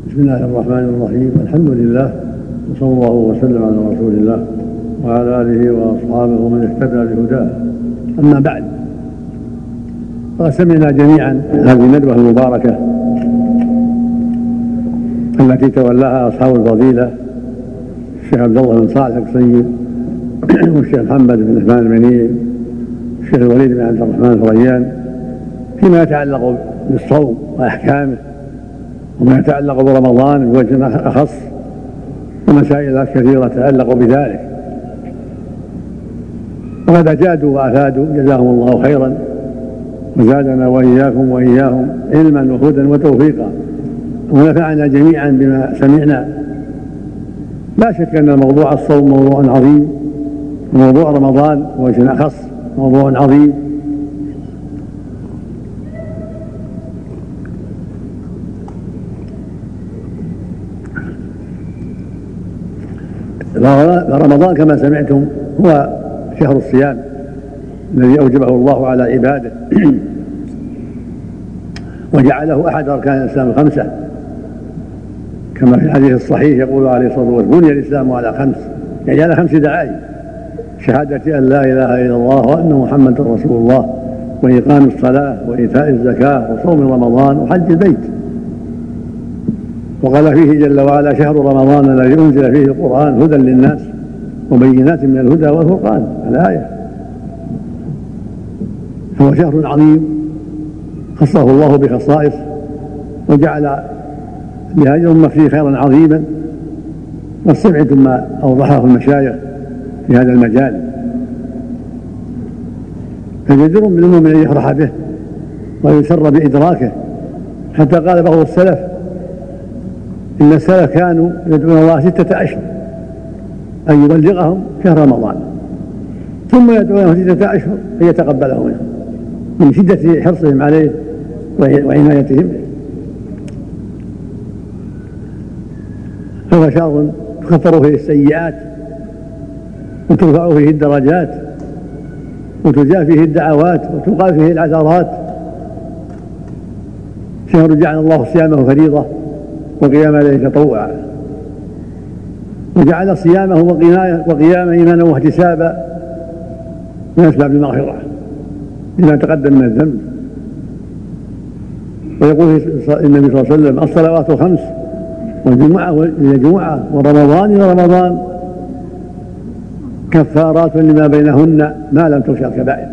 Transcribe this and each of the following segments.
بسم الله الرحمن الرحيم. الحمد لله وصلى الله وسلم على رسول الله وعلى آله وأصحابه ومن اهتدى بهداه. أما بعد، فقد سمعنا جميعا هذه الندوة المباركة التي تولاها أصحاب الفضيلة الشيخ عبد الله بن صالح القصير والشيخ محمد بن عثمان المنيع والشيخ الوليد بن عبد الرحمن الفريان فيما يتعلق بالصوم وأحكامه، وما يتعلق برمضان بوجه أخص، ومسائل كثيرة تتعلق بذلك. وقد أجادوا وأفادوا جزاهم الله خيرا، وزادنا وإياكم وإياهم علما وهدى وتوفيقا، ونفعنا جميعا بما سمعنا. لا شك أن موضوع الصوم موضوع عظيم، وموضوع رمضان بوجه أخص موضوع عظيم. فرمضان كما سمعتم هو شهر الصيام الذي أوجبه الله على عباده وجعله أحد أركان الإسلام الخمسة، كما في الحديث الصحيح يقول عليه الصلاة والسلام: بني الإسلام على خمس، يعني على 5 دعائم: شهادة أن لا إله إلا الله وأن محمدا رسول الله، وإقام الصلاة، وإيتاء الزكاة، وصوم رمضان، وحج البيت. وقال فيه جل وعلا: شهر رمضان الذي أنزل فيه القرآن هدى للناس وبينات من الهدى والفرقان. الآية. فهو شهر عظيم خصه الله بخصائص، وجعل لهذه الأمة فيه خيرا عظيما، وسمعتم ما أوضحه المشايخ في هذا المجال. فجدير بالمؤمن أن يفرح به ويسر بإدراكه، حتى قال بعض السلف: إن السلف كانوا يدعون الله 6 أشهر أن يبلغهم شهر رمضان، ثم يدعونه 6 أشهر أن يتقبله منهم، من شدة حرصهم عليه وعنايتهم به. فهو شهر تكفر فيه السيئات، وترفع فيه الدرجات، وتجاب فيه الدعوات، وتقال فيه العثرات. شهر جعل الله صيامه فريضة وقيام ليله تطوعا، وجعل صيامه وقيام إيمانا واحتسابا من أسباب المغفرة لما تقدم من الذنب. ويقول النبي صلى الله عليه وسلم: الصلوات 5 والجمعة إلى جمعة ورمضان إلى رمضان كفارات لما بينهن ما لم تغش الكبائر.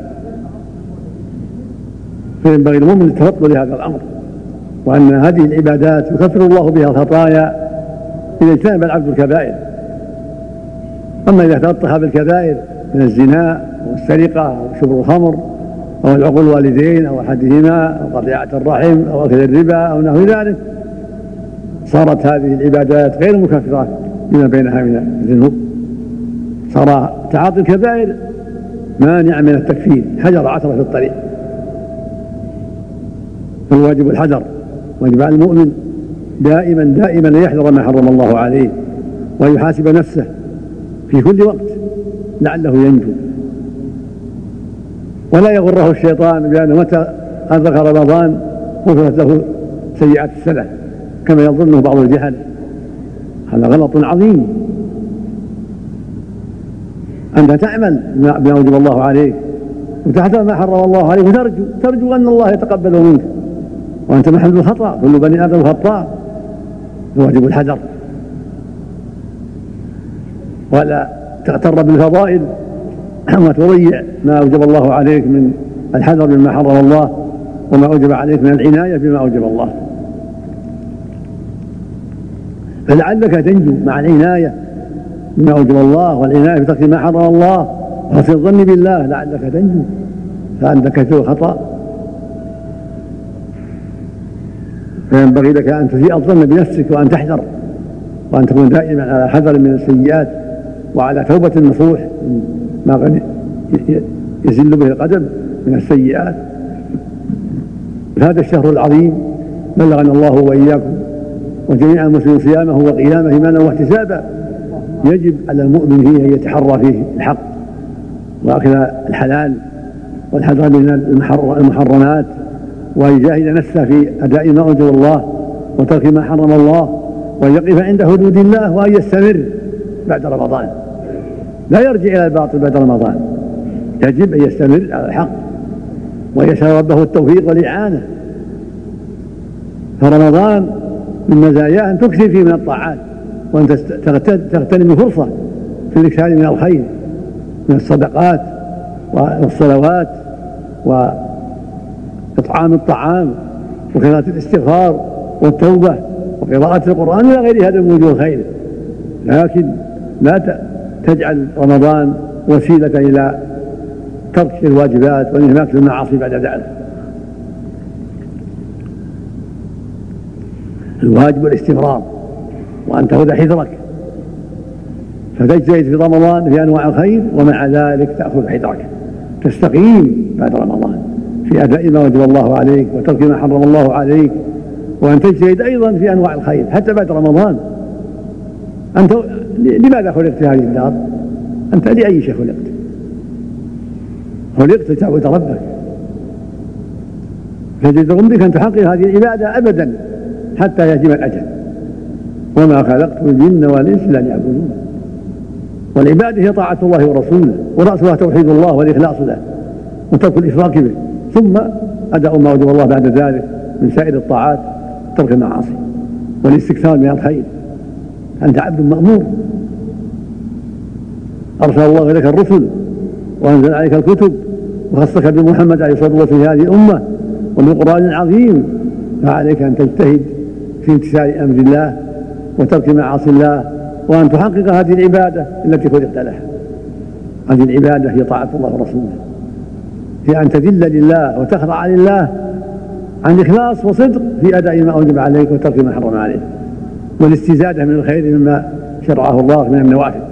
فينبغي المؤمن التفضل لهذا الأمر، وأن هذه العبادات يكفر الله بها الخطايا إذا اجتنب العبد الكبائر. أما إذا تلطخ بالكبائر من الزنا والسرقة وشرب الخمر أو العقوق الوالدين أو أحدهما أو قطيعة الرحم أو أكل الربا أو نحو ذلك، صارت هذه العبادات غير مكفرة لما بينها من الذنوب. صار تعاطي الكبائر مانع من التكفير، حجر عثرة في الطريق. فالواجب الحذر، واجب على المؤمن دائما أن يحذر ما حرم الله عليه، ويحاسب نفسه في كل وقت لعله ينجو، ولا يغره الشيطان بأنه متى أدرك رمضان غفرت له سيئات السنة كما يظنه بعض الجهل. هذا غلط عظيم. أنت تعمل بما أوجب الله عليك، وتحذر ما حرم الله عليك، وترجو أن الله يتقبله منك، وأنت محل الخطأ، كل بني آدم خطاء. يواجب الحذر، ولا تغتر بالفضائل وتضيع ما أوجب الله عليك من الحذر مما حرم الله، وما أوجب عليك من العناية بما أوجب الله. فلعلك تنجو مع العناية بما أوجب الله، والعناية بترك ما حرم الله، وحسن الظن بالله، لعلك تنجو، فأنت كثير خطأ. فينبغي لك أن تسيء الظن بنفسك، وأن تحذر، وأن تكون دائما على حذر من السيئات، وعلى توبة النصوح ما قد يزل به القدم من السيئات. هذا الشهر العظيم بلغنا الله وإياكم وجميع المسلمين صيامه وقيامه إيمانا واحتسابا. يجب على المؤمن فيه أن يتحرى فيه الحق وأكل الحلال والحذر من المحرمات، ويجاهد نفسه في أداء ما أوجب الله وترك ما حرم الله، وأن يقف عند حدود الله، وأن يستمر بعد رمضان، لا يرجع إلى الباطل بعد رمضان، يجب أن يستمر على الحق ويسأل ربه التوفيق والإعانة. فرمضان من مزاياه أن تكثر فيه من الطاعات، وأن تغتنم فرصة في الإكثار من الخير، من الصدقات والصلوات وإطعام الطعام وقراءة الاستغفار والتوبة وقراءة القرآن إلى غير هذا من وجوه الخير. لكن لا تجعل رمضان وسيلة إلى ترك الواجبات والانهماك في المعاصي بعد ذلك. الواجب الاستمرار، وأن تأخذ حذرك فتجتهد في رمضان في أنواع الخير، ومع ذلك تأخذ حذرك تستقيم بعد رمضان في أداء ما وجب الله عليك وترك ما حرم الله عليك، وأن تجتهد أيضا في أنواع الخير حتى بعد رمضان. أنت لماذا خلقت هذه الدار؟ أنت لأي شيء خلقت لتعبد ربك، فجدر بك أن تحقق هذه العبادة أبدا حتى يتم الأجل. وما خلقت الجن والإنس إلا ليعبدون. والعبادة هي طاعة الله ورسوله، ورأسها توحيد الله والإخلاص له وترك الإشراك به، ثم أداء ما وجب الله بعد ذلك من سائر الطاعات، ترك المعاصي والاستكثار من الخير. أنت عبد مأمور، أرسل الله إليك الرسل وأنزل عليك الكتب وخصك بمحمد عليه الصلاة والسلام في هذه الأمة وبالقرآن العظيم، فعليك أن تجتهد في امتثال أمر الله وترك معاصي الله، وأن تحقق هذه العبادة التي خلقت لها. هذه العبادة هي طاعة الله ورسوله، هي أن تذل لله وتخضع لله عن إخلاص وصدق في أداء ما أوجب عليك وترك ما حرم عليك، والاستزادة من الخير مما شرعه الله من النوافل.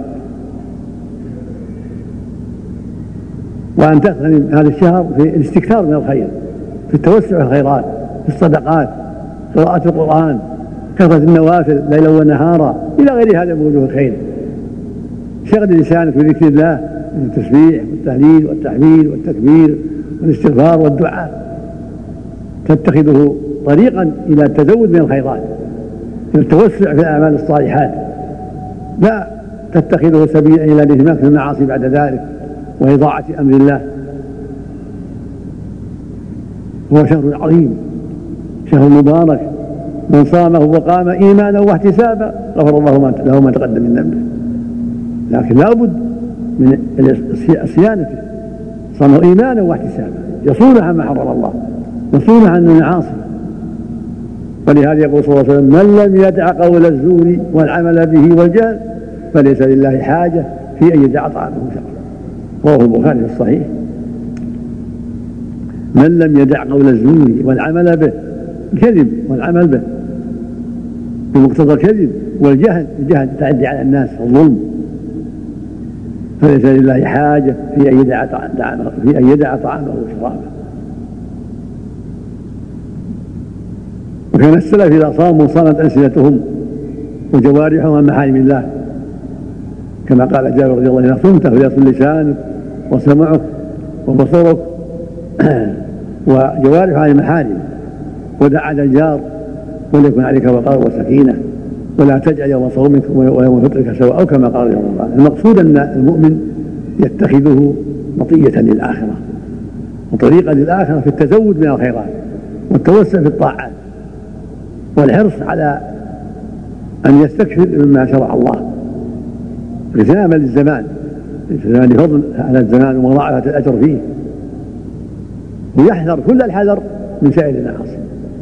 وأن تغتنم هذا الشهر في الاستكثار من الخير، في التوسع في الخيرات، في الصدقات، قراءة القرآن، كثرة النوافل ليلا ونهارا إلى غير هذا من وجوه الخير. شغل لسانك بذكر الله من التسبيح والتهليل والتحميد والتكبير والاستغفار والدعاء، تتخذه طريقا إلى التزود من الخيرات، إلى التوسع في الأعمال الصالحات، لا تتخذه سبيلا إلى الانهماك في المعاصي بعد ذلك وإضاعة أمر الله. هو شهر عظيم، شهر مبارك، من صامه وقام إيمانا واحتسابا غفر الله له ما تقدم من ذنبه. لكن لا بد من صيانته، صامه إيمانا واحتسابا، يصون عما حرم الله، يصون عن المعاصي. ولهذا يقول صلى الله عليه وسلم: من لم يدع قول الزور والعمل به والجهل فليس لله حاجة في أن يدع طعامه وشرابه. رواه البخاري في الصحيح. من لم يدع قول الزور والعمل به، الكذب والعمل به بمقتضى الكذب والجهل، الجهل تعدي على الناس الظلم، فليس لله حاجة في أن يدع طعامه وشرابه. وكان السلف إذا صاموا صامت ألسنتهم وجوارحهم عن محارم الله، كما قال جابر رضي الله عنه: صمت فليصم لسانك وسمعك وبصرك وجوارح عن المحارم، ودع على الجار وليكن عليك وقار وسكينة، ولا تجعل يوم صومك ويوم فطرك سواء، أو كما قال رضي الله عنه. المقصود أن المؤمن يتخذه مطية للآخرة وطريقا للآخرة في التزود من الخيرات والتوسع في الطاعات، والحرص على أن يستكثر مما شرع الله، اغتناما للزمان، اغتناما لفضل هذا الزمان ومضاعفة الأجر فيه، ويحذر كل الحذر من سائر المعاصي.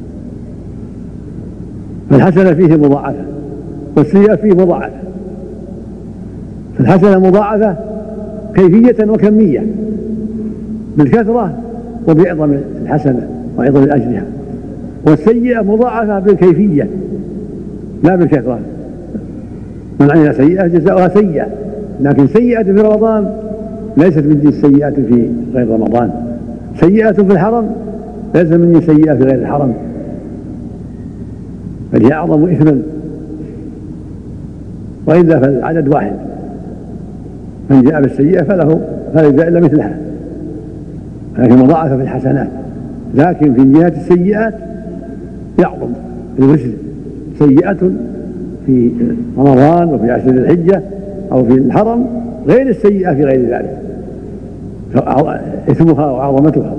فالحسنة فيه مضاعفة والسيئة فيه مضاعفة. فالحسنة مضاعفة كيفية وكمية، بالكثرة وبعظم الحسنة وعظم أجرها، والسيئة مضاعفة بالكيفية لا بالكثرة. من عمل سيئة جزاؤها سيئة، لكن سيئة في رمضان ليست من جنس السيئات في غير رمضان. سيئة في الحرم ليست من جنس سيئة في غير الحرم، بل هي أعظم إثما، وإلا فالعدد واحد، من جاء بالسيئة فلا يجزى إلا مثلها، لكن مضاعفة في الحسنات. لكن في جهة السيئات يعظم الوزر، سيئة في رمضان وفي 10 ذي الحجة أو في الحرم غير السيئة في غير ذلك، إثمها وعظمتها.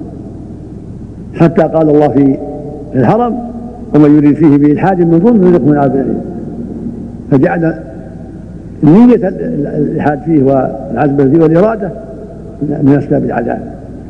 حتى قال الله في الحرم: ومن يريد فيه بإلحاد من ظلم يذقه من عذاب أليم. فجعل نية الإلحاد فيه والعزم فيه والإرادة من أسباب العذاب.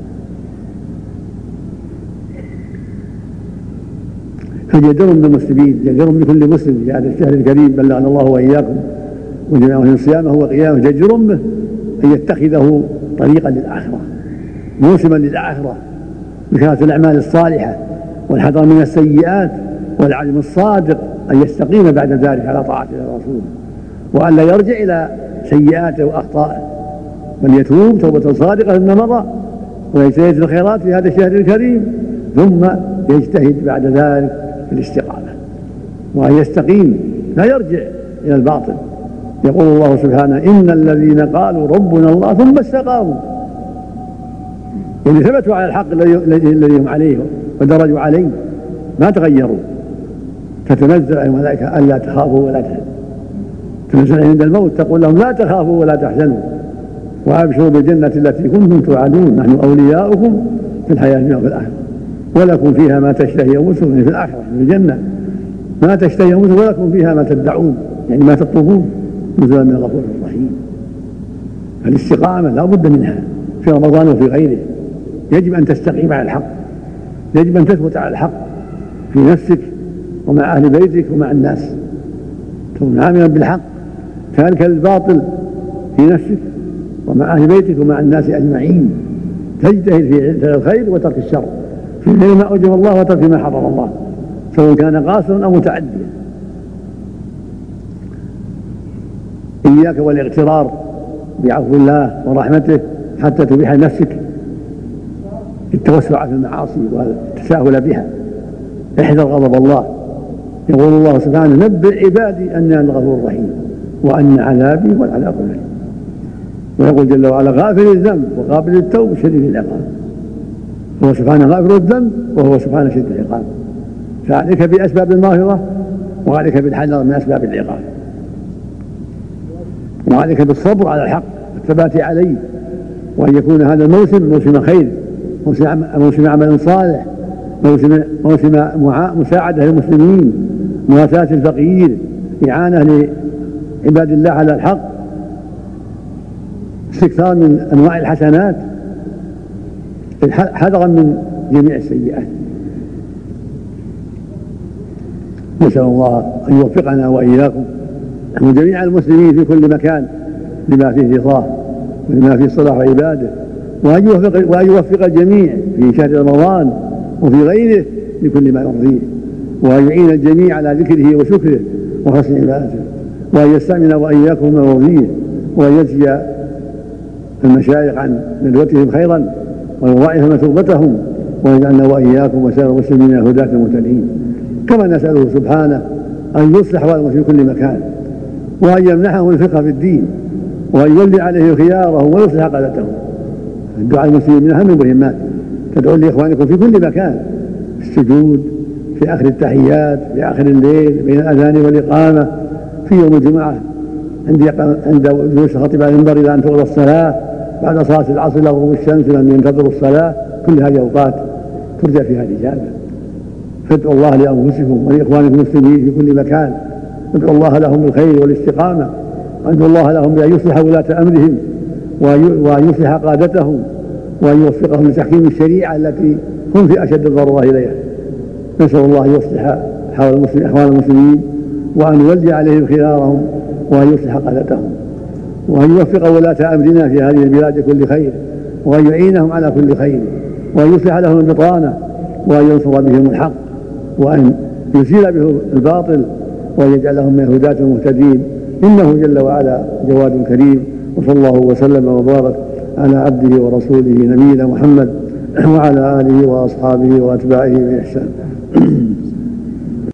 فجدر بالمسلمين، جدر بكل مسلم في هذا الشهر الكريم بلغنا الله وإياكم وجميع صيامه وقيامه، جدر به أن يتخذه طريقا للآخرة، موسما للآخرة، بكثرة الأعمال الصالحة والحذر من السيئات والعزم الصادق أن يستقيم بعد ذلك على طاعة الرسول، وأن لا يرجع إلى سيئاته وأخطائه، بل يتوب توبة صادقة مما مضى ويجتهد في الخيرات في هذا الشهر الكريم، ثم يجتهد بعد ذلك في الاستقامة وأن يستقيم لا يرجع إلى الباطل. يقول الله سبحانه: إن الذين قالوا ربنا الله ثم استقاموا، يعني ثبتوا على الحق الذي هم عليه ودرجوا عليه، ما تغيروا. تتنزل عليهم الملائكة ألا تخافوا ولا تحزنوا، تنزل عند الموت تقول لهم: لا تخافوا ولا تحزنوا وأبشروا بالجنة التي كنتم توعدون، نحن أولياؤكم في الحياة الدنيا وفي الآخرة ولكم فيها ما تشتهي أنفسكم، في الآخرة في الجنة ما تشتهي أنفسكم ولكم فيها ما تدعون، يعني ما تطلبون، نزلا من الغفور الرحيم. فالاستقامة لا بد منها في رمضان وفي غيره، يجب أن تستقيم على الحق، يجب أن تثبت على الحق في نفسك ومع أهل بيتك ومع الناس، تكون عاملا بالحق تاركا الباطل في نفسك ومع أهل بيتك ومع الناس أجمعين، تجتهد في الخير وترك الشر، في غير ما أوجب الله وترك ما حرم الله، سواء كان قاصرا أو متعديا. إياك والاغترار بعفو الله ورحمته حتى تبيح نفسك التوسع في المعاصي والتساهل بها، احذر غضب الله. يقول الله سبحانه: نبئ عبادي أني أنا الغفور الرحيم وأن عذابي هو العذاب الأليم. ويقول جل وعلا: غافر الذنب وقابل التوب شديد العقاب. هو سبحانه غافر الذنب وهو سبحانه شديد العقاب، فعليك بأسباب المغفرة وعليك بالحذر من أسباب العقاب، وعليك بالصبر على الحق والثبات عليه، وأن يكون هذا الموسم موسم خير، موسم عمل صالح، موسم مساعدة للمسلمين، مواساة الفقير، إعانة لعباد الله على الحق، استكثار من أنواع الحسنات، حذرا من جميع السيئات. نسأل الله أن يوفقنا وإياكم وجميع المسلمين في كل مكان لما فيه رضاه ولما فيه صلاح عباده، وأن يوفق الجميع في شهر رمضان وفي غيره لكل ما يرضيه، وأن يعين الجميع على ذكره وشكره وحسن عبادته، وأن يستعمل وإياكم ما يرضيه، وأن يجزي المشايخ عن ندوتهم خيرا ويضاعف مثوبتهم، ويجعلنا وإياكم وسائر المسلمين هداة المهتدين. كما نسأله سبحانه أن يصلح أحوالهم في كل مكان، وأن يمنحهم الفقه في الدين، وأن يولي عليه خيارهم ويصلح قادتهم. الدعاء المسلمين من أهم المهمات، تدعون لإخوانكم في كل مكان، في السجود، في آخر التحيات، في آخر الليل، بين الأذان والإقامة، في يوم الجمعة عند جلوس الخطيب على المنبر إلى أن تغرى الصلاة، بعد صلاة العصر إلى غروب الشمس لم ينتظروا الصلاة، كل هذه أوقات ترجى فيها الإجابة. فادعوا الله لأنفسكم ولإخوانكم المسلمين في كل مكان، ادعوا الله لهم بالخير والاستقامة، وادعوا الله لهم بأن يصلح ولاة أمرهم وأن يصلح قادتهم، وأن يوفقهم لتحكيم الشريعة التي هم في أشد الضرورة إليها. نسأل الله أن يصلح أحوال المسلمين، وأن يولي عليهم خيارهم، وأن يصلح قادتهم، وأن يوفق ولاة أمرنا في هذه البلاد كل خير، وأن يعينهم على كل خير، وأن يصلح لهم البطانة، وأن ينصر بهم الحق، وأن يزيل بهم الباطل، وأن يجعلهم من هداة المهتدين، إنه جل وعلا جواد كريم. وصلى الله وسلم وبارك على عبده ورسوله نبينا محمد وعلى آله وأصحابه وأتباعه بإحسان.